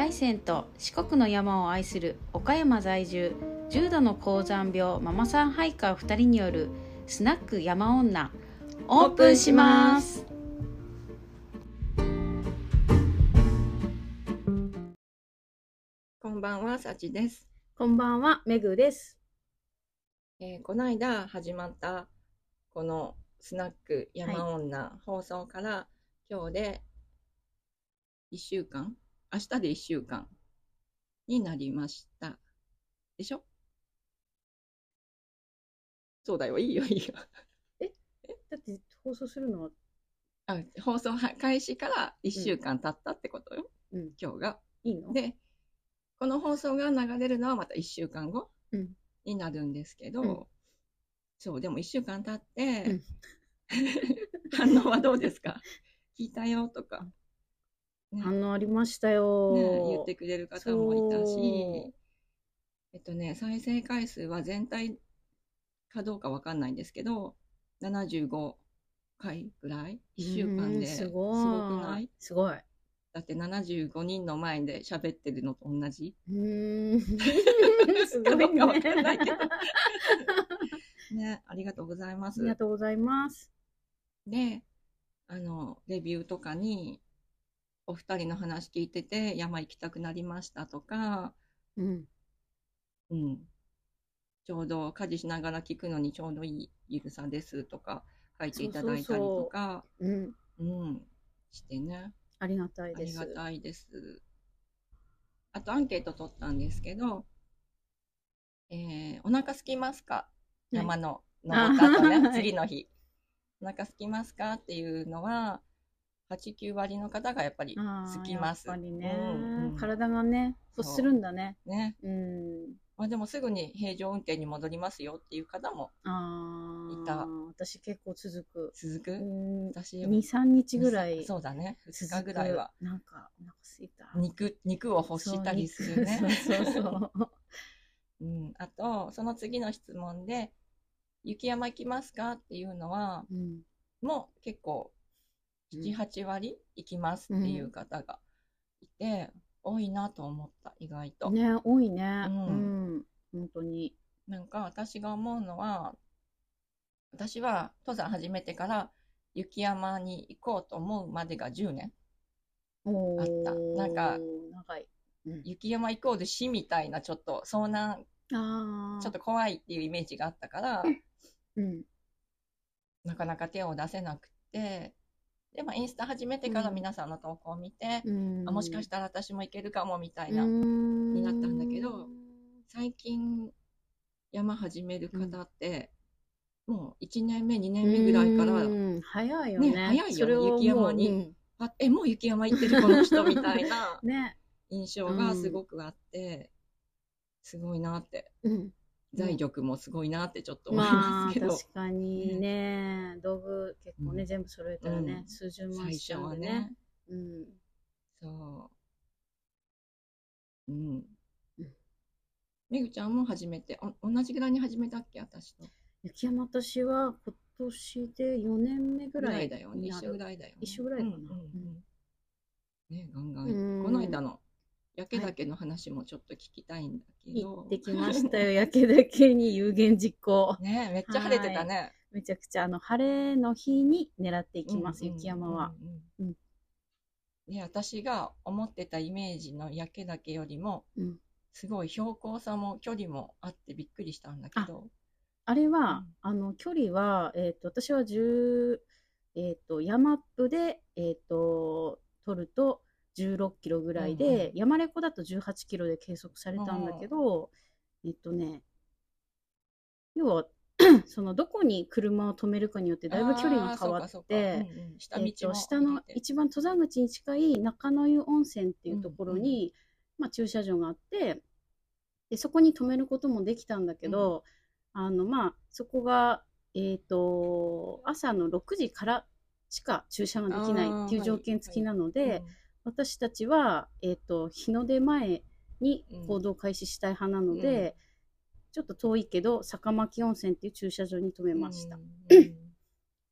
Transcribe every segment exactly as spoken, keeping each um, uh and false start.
大山と四国の山を愛する岡山在住重度の高山病ママさんハイカーふたりによるスナック山女オープンします。 こんばんは、さちです。 こんばんは、めぐです。 えー、この間始まったこのスナック山女放送から今日でいっしゅうかん、明日でいっしゅうかんになりました。でしょ？そうだよ、いいよ、いいよ。 え、だって放送するのはあ、放送開始からいっしゅうかん経ったってことよ、うん、今日が。 いいの？ で、この放送が流れるのはまたいっしゅうかんごになるんですけど、うん、そう、でもいっしゅうかん経って、うん、反応はどうですか？聞いたよとか。 ね、反応ありましたよ、 ね、言ってくれる方もいたし、えっとね、再生回数は全体かどうかわかんないんですけど、ななじゅうごかいぐらいいっしゅうかんですごい。すごくない？ すごい。 だってななじゅうごにんの前で喋ってるのと同じ。 うーんすごいね。 かどうかわかんないけどね、ありがとうございます。 ありがとうございます。 で、あのレビューとかにお二人の話聞いてて山行きたくなりましたとか、うんうん、ちょうど家事しながら聞くのにちょうどいいゆるさですとか書いていただいたりとか、そうそうそう、うんうん、してね、 ありがたいです。 ありがたいです。あとアンケート取ったんですけど、えー、お腹空きますか？山の登った後ね、次の日お腹空きますかっていうのははち、きゅうわりの方がやっぱり空きます。 やっぱりね、うんうん、体がね欲するんだね。 ね、うん、まあ、でもすぐに平常運転に戻りますよっていう方もいた。 私結構続く。 続く？私に、さんにちぐらい。 そうだね。ふつかぐらいは。 なんかお腹すいた。 肉、肉を欲したりするね。 そうそうそう。 うん、あとその次の質問で雪山行きますかっていうのは、うん、もう結構なな、はちわり行きますっていう方がいて、うん、多いなと思った。意外とね、多いね。うん、うん、本当に。 なんか私が思うのは、私は登山始めてから雪山に行こうと思うまでがじゅうねんあった。なんか長い、うん、雪山イコール死みたいな、ちょっと遭難、あちょっと怖いっていうイメージがあったから、うん、なかなか手を出せなくて、でもインスタ始めてから皆さんの投稿を見て、うん、あもしかしたら私も行けるかもみたいなになったんだけど、最近山始める方って、うん、もういちねんめにねんめぐらいから、 早いよね、 ね、早いよね、雪山に、うん、あえもう雪山行ってるこの人みたいな印象がすごくあって、すごいなって、うん、財力もすごいなってちょっと思いますけど、まあ、 確かにね、ね、道具結構ね、うん、全部揃えたらね、うん、数十万しちゃうんでね、うん、 そううん、うん、めぐちゃんも初めてお同じぐらいに始めたっけ？私と雪山、私は今年でよねんめぐらいだよね。一緒ぐらいだよね。 一緒ぐらいかな、うんうんうん、ね、ガンガンこの間の焼岳の話もちょっと聞きたいんだけど、 はい、行ってきましたよ焼岳に有言実行ね、めっちゃ晴れてたね、 めちゃくちゃあの晴れの日に狙っていきます、うんうん、雪山は、うんね、私が思ってたイメージの焼岳よりも、うん、すごい標高差も距離もあってびっくりしたんだけど、 あれは、うん、あの距離は、えー、と私はじゅう、えー、と山アップで、えー、と取るとじゅうろっキロぐらいで、うんうん、山レコだとじゅうはちキロで計測されたんだけど、えっとね要はそのどこに車を止めるかによってだいぶ距離が変わって、下の一番登山口に近い中野湯温泉っていうところに、うんうん、まあ、駐車場があって、でそこに止めることもできたんだけど、うん、あのまあそこが、えー、と朝のろくじからしか駐車ができないっていう条件付きなので、はいはい、うん、私たちは、えー、と日の出前に行動開始したい派なので、うん、ちょっと遠いけど坂巻温泉っていう駐車場に止めました、うんうん、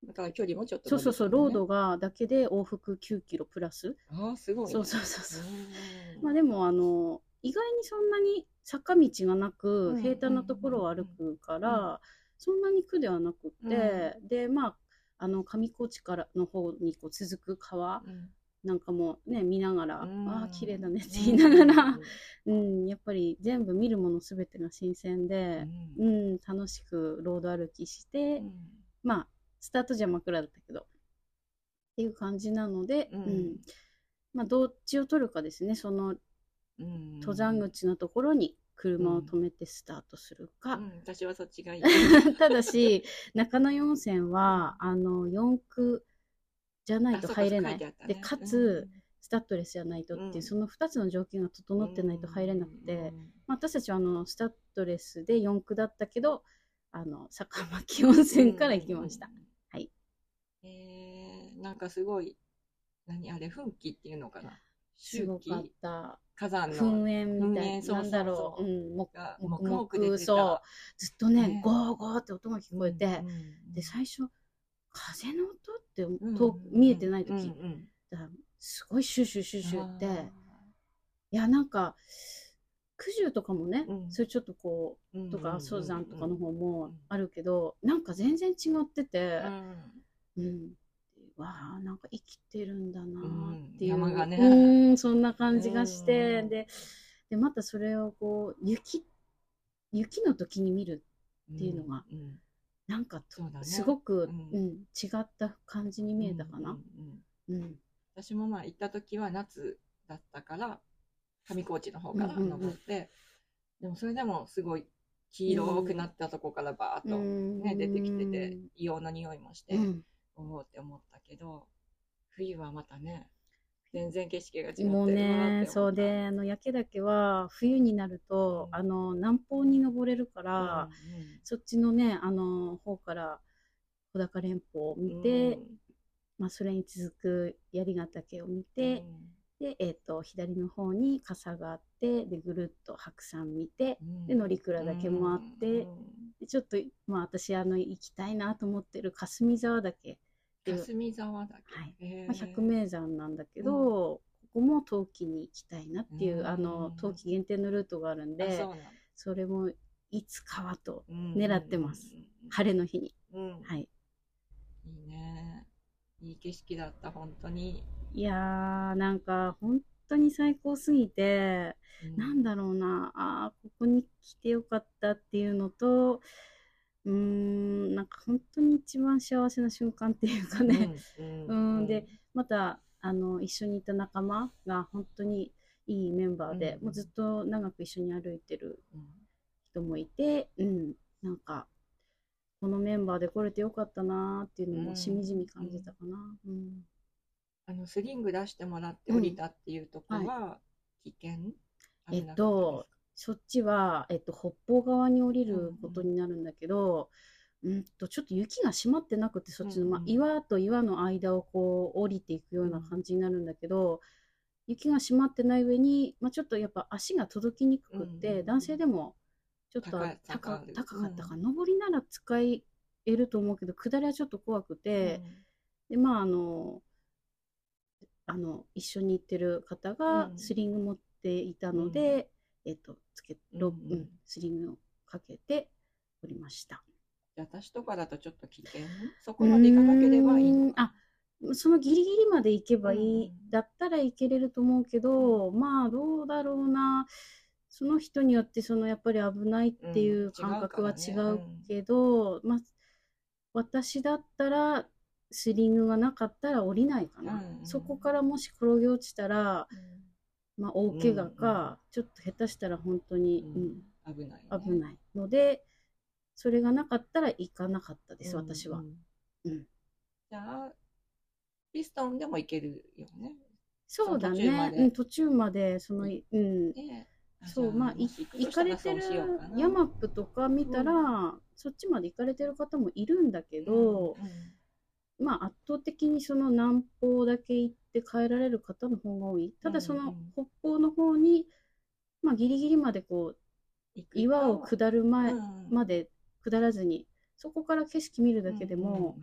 だから距離もちょっとそうそうそう、ロー伸びてるね。 ドがだけで往復きゅうキロプラス。 ああ、すごいね。 そうそうそうそう。 うんまあでも、あの、意外にそんなに坂道がなく、 うん平坦なところを歩くかうんら、そんなに苦ではなくうて、で、まあ、あの、上高地からの方にこう続く川うんなんかもね、見ながら、 うんああ、綺麗だねって言いながら、 うんうん、やっぱり全部見るものすべてが新鮮うで、 んうん、楽しくロード歩きしうて、 んまあ、スタート時は真っ暗だったけど、っていう感じなので、 うんうん、まあ、どっちを取るかですね、そのうん登山口のところに車をうん止めてスタートするか。 うん私はそっちがいい。 ただし、中野温泉は、あの、よん区じゃないと入れない。 あそうかそう書いてあったねで、かつ、スタッドレスじゃないとっていう、 うんそのふたつの条件が整ってないと入れなくて、 うんまあ、私たちはあのスタッドレスでよん区だったけど、あの坂巻温泉から行きました。 うんうんはい。 えー、なんかすごい、何あれ、噴気っていうのかな。 すごかっ周期た。 火山の噴煙みたいな、 噴煙そうなんだろう、うん、もがもく黙々出てたそう、ずっとね、 ねゴーゴーって音が聞こえて、 うんうんで、最初、風の音ってうん遠く見えてない時、 うんうんだからすごいシュシュシュシュって、 あいや、なんか、九十とかもね、 うんそれちょっとこう、 ーとか、ソ山とかの方もうんあるけど、なんか全然違ってて、 うんうん。わあ、なんか生きてるんだなっていう、 うん山がねうん、そんな感じがして、 うんで、で、またそれをこう、雪、雪の時に見るっていうのが、 うんうんなんかと、 そうだねすごく、 ううんん、違った感じに見えたかな。 うんうんうんうん。 私もまあ行った時は夏だったから上高地の方からうんうんうん登って、でもそれでもすごい黄色くなったとこからバーッと、ねうん出てきてて硫黄の匂いもして、 うんおおって思ったけど、冬はまたね全然景色が違ってるなもうってね、 思った。 そうで、あの焼岳は冬になると、 うんあの南方に登れるから、 うんそっちのね、あの方から穂高連峰を見て、 うんまあ、それに続く槍ヶ岳を見て、で、えっと、左の方に笠があって、で、ぐるっと白山見て、 うんで、乗鞍岳もあって、 うんでちょっと、まあ、私、あの、行きたいなと思ってる霞沢岳っていう、 霞沢だけ、 はい、 へーまあ、百名山なんだけど、 うんここも冬季に行きたいなっていう、 うんあの、冬季限定のルートがあるんで、 あそうなんだそれもいつかはとうん狙ってます。 うん晴れの日に。 うんはい。 いいね。いい景色だった、本当に。 いやー、なんか、本当に最高すぎて、 うんなんだろうな、あーここに来てよかったっていうのと、うーん、なんか本当に一番幸せな瞬間っていうかね、 ううんん、で、また、あの、一緒にいた仲間が本当にいいメンバーで、 うんもうずっと長く一緒に歩いてるうん人もいて、うん、なんか、このメンバーで来れてよかったなーっていうのもしみじみ感じたかな。うんあのスリング出してもらって降りたっていうとこうんは危険、 えっ危なかったとですか？ そっちは、えっと、北方側に降りることになるんだけど、うんとちょっと雪が閉まってなくて、そっちの、まあ、 うんうん岩と岩の間をこう降りていくような感じになるんだけど、雪が閉まってない上に、まあ、ちょっとやっぱ足が届きにくくって、 うんうん男性でもちょっと高い高高い高かったか、上りなら使えると思うけど、下りはちょっと怖くて、で、まあ、あの、あの、一緒に行ってる方がうんスリング持っていたので、えっと、つけ、ロうんうんうん、スリングをかけておりました。 じゃあ私とかだとちょっと危険、そこまで行かなければいいのか。 あ、そのギリギリまで行けばいい、 うんだったらいけれると思うけど、まあ、どうだろうな。その人によって、その、やっぱり危ないっていう感覚は違うけど、まあ、私だったら、スリングがなかったら降りないかな。 うんうんそこからもし転げ落ちたら、まあ、大怪我か、 うんうんちょっと下手したら本当に、 ううんん危ない、ね、 危ないので、それがなかったら行かなかったです、 うんうん私は。うんじゃあピストンでも行けるよね。 そうだその途中まね。 でうん、途中まで、その、うん。 ねそう、まあ、い行かれてるヤマップとか見たら、そっちまで行かれてる方もいるんだけど、まあ、圧倒的にその南方だけ行って帰られる方の方が多い。ただその北方の方に、まあ、ギリギリまでこう岩を下る前まで下らずに、そこから景色見るだけでも、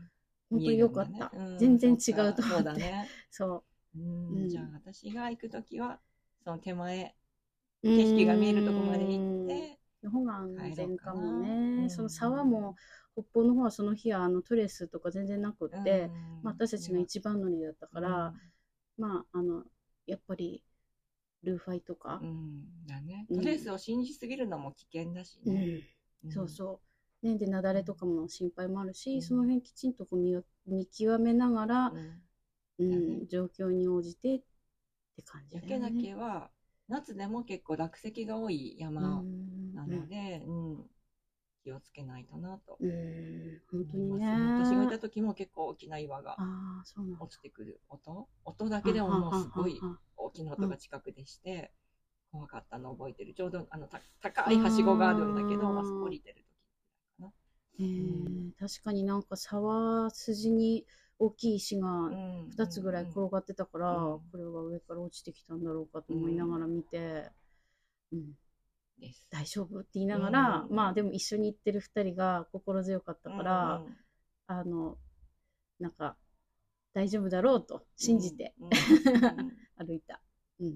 本当に良かった、うん、全然違うと思って。そうだね。そう。 うん、うん、じゃあ私が行くときはその手前景色が見えるところまで行っての方が安全かもね。うん、その沢も北方の方はその日はあのトレスとか全然なくって、まあ、私たちの一番乗りだったから、まああのやっぱりルーファイとか、 うんだね、トレースを信じすぎるのも危険だしね、 うんうん、そうそうね、で雪崩とかも心配もあるし、うん、その辺きちんとこう 見, 見極めながら、うんうんね、状況に応じてって感じだよね。 焼岳は夏でも結構落石が多い山なので、うんうん、気をつけないとなと。 うん、本当にね。 私がいた時も結構大きな岩が落ちてくる音、音だけでももうすごい大きな音が近くでして、怖かったのを覚えてる。ちょうどあの高いはしごがあるんだけど、あそこ降りてる時かな。 へえ、うん、確かになんか沢筋に大きい石がふたつぐらい転がってたから、うんうん、これは上から落ちてきたんだろうかと思いながら見て、うん、です、大丈夫って言いながら、うんうん、まあでも一緒に行ってるふたりが心強かったから、うんうん、あのなんか大丈夫だろうと信じて、うんうん、歩いた、うん、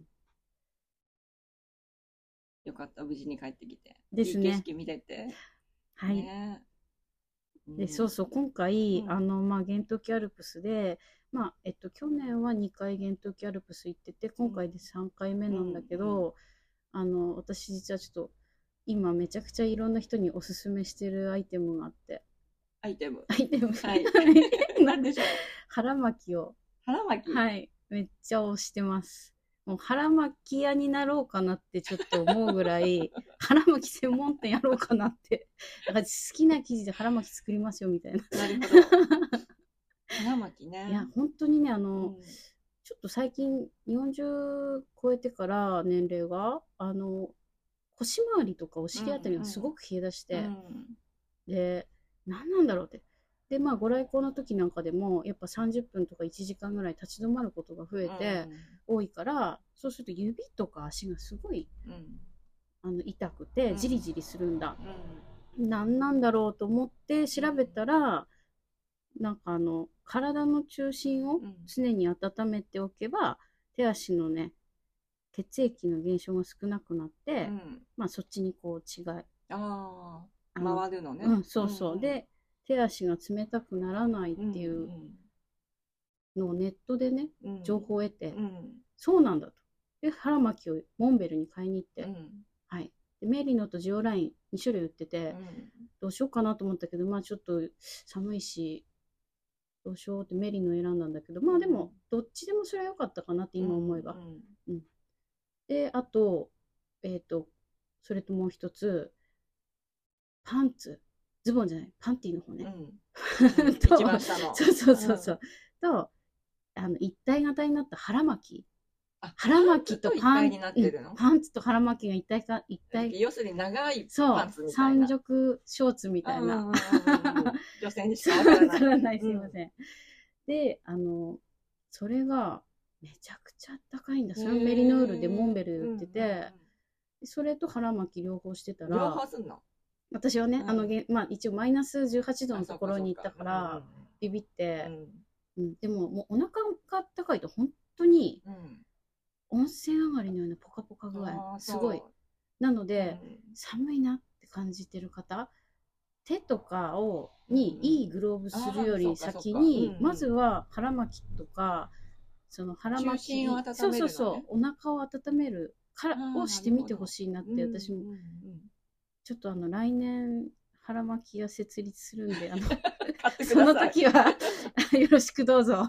よかった、無事に帰ってきてですね、 いい景色見れて、 はい、ね、でそうそう今回、うん、あのまあ厳冬アルプスで、まあえっと、去年はにかい厳冬アルプス行ってて今回でさんかいめなんだけど、うんうん、あの私実はちょっと今めちゃくちゃいろんな人におすすめしてるアイテムがあって、 アイテムアイテムはい何でしょう。 腹巻きを腹巻き、 はいめっちゃ推してます。もう腹巻き屋になろうかなってちょっと思うぐらい腹巻き専門店やろうかなってだから好きな生地で腹巻き作りますよみたいな。 なるほど。腹巻きね。 いや本当にねあの、うん、ちょっと最近よんじゅう超えてから年齢があの腰回りとかお尻あたりがすごく冷え出して、うんうん、で何なんだろうってでまあご来光の時なんかでもやっぱさんじゅっぷんとかいちじかんぐらい立ち止まることが増えて多いから、うん、そうすると指とか足がすごい、うん、あの痛くてジリジリするんだ、うん、何なんだろうと思って調べたら、うん、なんかあの体の中心を常に温めておけば、手足のね血液の減少が少なくなって、うん、まあそっちにこう違いああ回るのね、 うん、そうそう、うんうん、で手足が冷たくならないっていうのをネットでね、うん、情報を得て、うん、そうなんだとで腹巻きをモンベルに買いに行って、うん、はい、でメリノとジオラインに種類売ってて、うん、どうしようかなと思ったけどまあちょっと寒いしどうしようってメリノ選んだんだけどまあでもどっちでもそれは良かったかなって今思えば、うんうん、であとえっとそれともう一つパンツズボンじゃないパンティの方ね、 うん、と一番下のそうそうそうそう、うん、とあの一体型になった腹巻き腹巻きとパン、パンツと腹巻きが一体か一体要するに長いパンツみたいな三色ショーツみたいな女性にしかわからないからないすいません、うん、であのそれがめちゃくちゃあったかいんだそれをメリノールでモンベルで売ってて、うんうんうん、それと腹巻き両方してたら両方すんの私はね、うん、あのまあ、一応マイナスじゅうはちどのところに行ったからビビって、うんうん、でももうお腹があったかいと本当に温泉上がりのようなポカポカ具合すごいなので、うん、寒いなって感じてる方手とかをにいいグローブするより先に、うん、まずは腹巻きとかその腹巻きを温めるのね、 そうそうそうお腹を温めるからをしてみてほしいなって私も、うんうんうん、ちょっとあの来年腹巻きが設立するんであのその時はよろしくどうぞ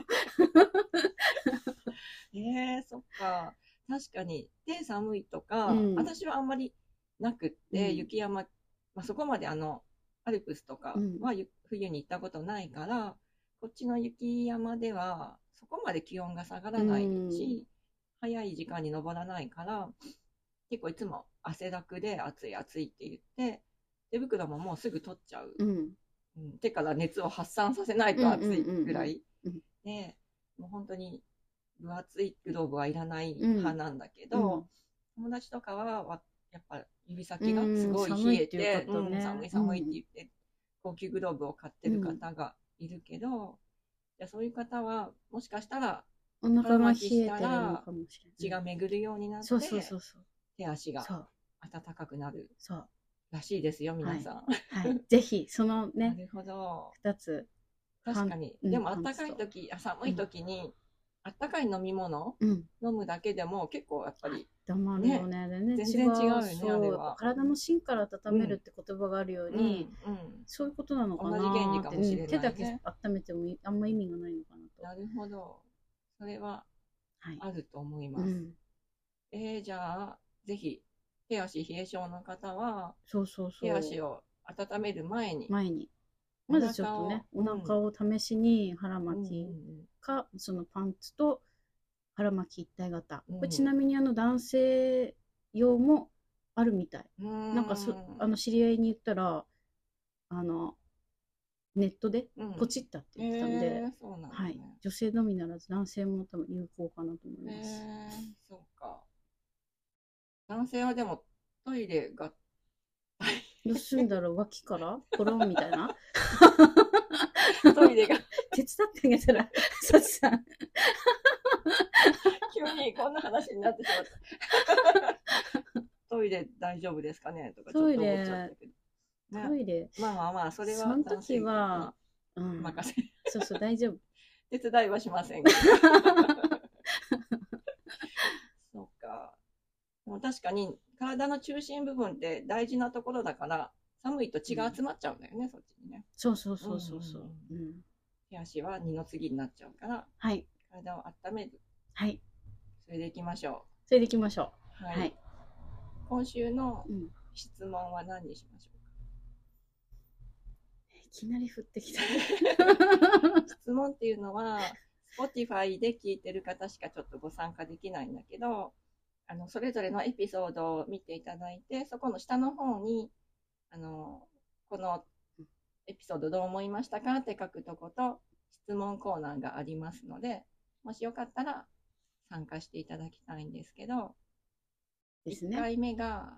えー、そっか確かに手寒いとか、うん、私はあんまりなくって、うん、雪山、まあ、そこまであのアルプスとかは、うん、冬に行ったことないからこっちの雪山ではそこまで気温が下がらないし、うん、早い時間に登らないから結構いつも汗だくで暑い暑いって言って手袋ももうすぐ取っちゃう、うんうん、手から熱を発散させないと暑いぐらい、うんうんうんうん、でもう本当に分厚いグローブはいらない派なんだけど、うん、友達とかはやっぱ指先がすごい冷えて、うん、寒い寒いって言って、うん、高級グローブを買ってる方がいるけど、 じゃあそういう方はもしかしたらお腹が冷えてるのかもしれない。 血が巡るようになって、 そうそうそうそう、 手足がそう暖かくなるそうらしいですよ、皆さん。 はい、はい、ぜひそのなねるほど。 ふたつ、 確かに。 うんでも暖かい時、あ寒い時に、暖かい飲み物、 うん、 飲むだけでも結構やっぱり黙るよね、全然違う。 全然違うよね、 そう、 あれは。 体の芯から温めるって言葉があるように、 うんうん、 そういうことなのかな同じ原理かもしれないね。 手だけ温めてもあんま意味がないのかなと。 なるほど。それはあると思います。 はい、うん、 えー、じゃあ、ぜひ、手足冷え性の方は、 そうそうそう、 手足を温める前に、 前に、まずちょっとね、お腹を試しに腹巻きか、うん、そのパンツと腹巻き一体型。うん、これちなみにあの男性用もあるみたい。んなんかそあの知り合いに言ったら、あのネットでポチったって言ってたんで、うんえーそうなんだね、はい、女性のみならず男性も多分有効かなと思います。 えー、そうか。男性はでもトイレがどうすんだろう、脇からコロンみたいなトイレが手伝ってあげたらさちさん急にこんな話になってしまったトイレ大丈夫ですかねとかちょっと思っちゃったけど、 ね、トイレまあまあまあそれはその時は、 うん、任せそうそう大丈夫手伝いはしませんけどそうか。でも確かに体の中心部分って大事なところだから寒いと血が集まっちゃうんだよね、うん、そっちにね。 そうそうそうそうそう、うんうん、 手足は二の次になっちゃうから、 はい、 体を温める。 はい。 それでいきましょう。 それでいきましょう。はい。はい、 今週の質問は何にしましょうか。 うん、いきなり降ってきた。 質問っていうのは Spotify で聞いてる方しかちょっとご参加できないんだけど、あのそれぞれのエピソードを見ていただいて、そこの下の方にあのこのエピソードどう思いましたかって書くとこと質問コーナーがありますので、もしよかったら参加していただきたいんですけど、ですね、いっかいめが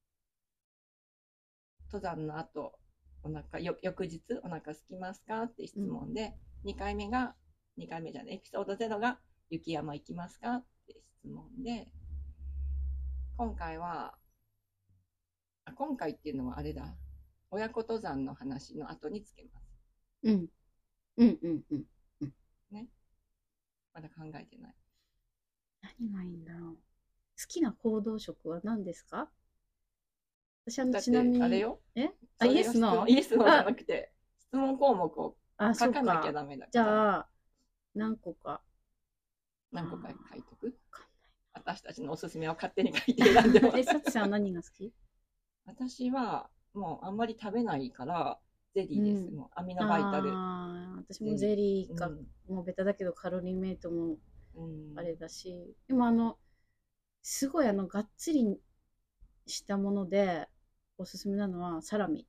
登山の後お腹よ翌日お腹空きますかって質問で、うん、にかいめがにかいめじゃないエピソードゼロが雪山行きますかって質問で、今回はあ今回っていうのはあれだ、親子登山の話の後につけます。 うん。うんうんうんうん。 ね。まだ考えてない。 何がいいんだろう。好きな行動食は何ですか？私はちなみに。 あれよ。 え？あ、イエスの？ イエスのじゃなくて、質問項目を書かなきゃダメだから。 じゃあ、何個か。 何個か書いとく？私たちのおすすめを勝手に書いて選んでます。 え、さつさんは何が好き？ 私はもうあんまり食べないからゼリーです、うん、もうアミノバイタル。 あ私もゼリーか、うん、もうベタだけどカロリーメイトもあれだし、うん、でもあのすごいあのがっつりしたものでおすすめなのはサラミ。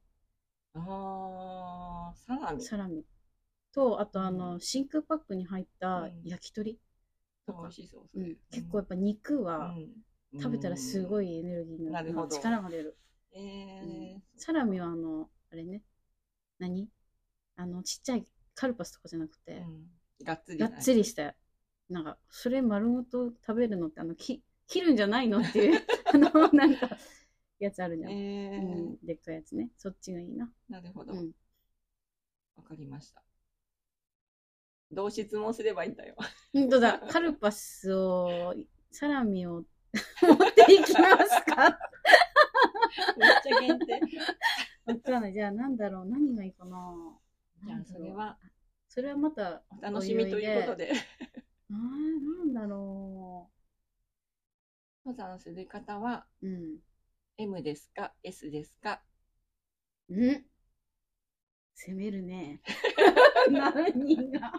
あー、サラミ。 サラミと、あとあの、うん、真空パックに入った焼き鳥とか、 うん、そうそう、うん、 結構やっぱ肉は食べたらすごいエネルギーになる、力が出る。 えーうん、 サラミはあのあれね、何あのちっちゃいカルパスとかじゃなくて、 うん、がっつりがっつりしたなんかそれ丸ごと食べるのってあのき切るんじゃないのっていうあのなんかやつあるじゃん、えーうん、でっかいやつね、そっちがいいな。 なるほど、わ、うん、かりました。どう質問すればいいんだよ。 本当だ、カルパスをサラミを持っていきますか？ めっちゃ限定。 わかんない。じゃあなんだろう、何がいいかな。 じゃあそれはそれはまたお楽しみということで。 あなんだろう。登山する方は、うん、エム ですか エス ですか？ うん攻めるね。何が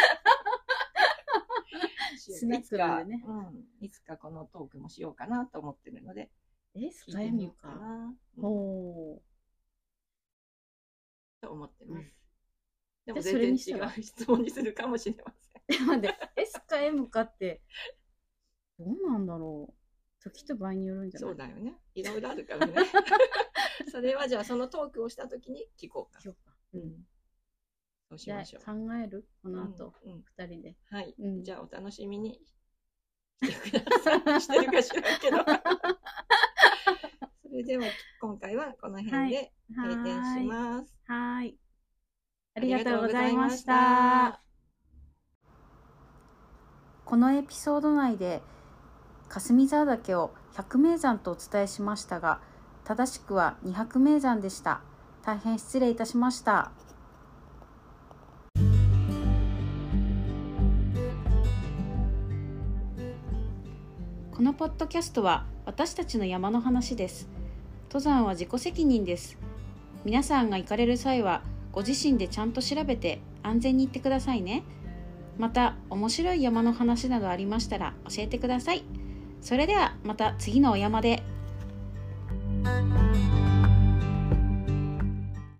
スナックでね、 うん、いつかこのトークもしようかなと思ってるので、 えスカエムかな、ほうと思ってます。うん、でも全然違う質問にするかもしれません。 待って S か M かってどうなんだろう、時と場合によるんじゃない？ そうだよね、いろいろあるからね。それはじゃあそのトークをした時に聞こうか。聞こうか、うん、 そうしましょう。 じゃあ考えるこの後、 うんうん、 ふたりで。 はい、 うん、 じゃあお楽しみにしてください。してるか知らんけど。それでは今回はこの辺で閉店します。 はい。はい。あありがとうございました。 このエピソード内で霞沢岳を百名山とお伝えしましたが、正しくは二百名山でした。大変失礼いたしました。このポッドキャストは私たちの山の話です。登山は自己責任です。皆さんが行かれる際はご自身でちゃんと調べて安全に行ってくださいね。また面白い山の話などありましたら教えてください。それではまた次のお山で。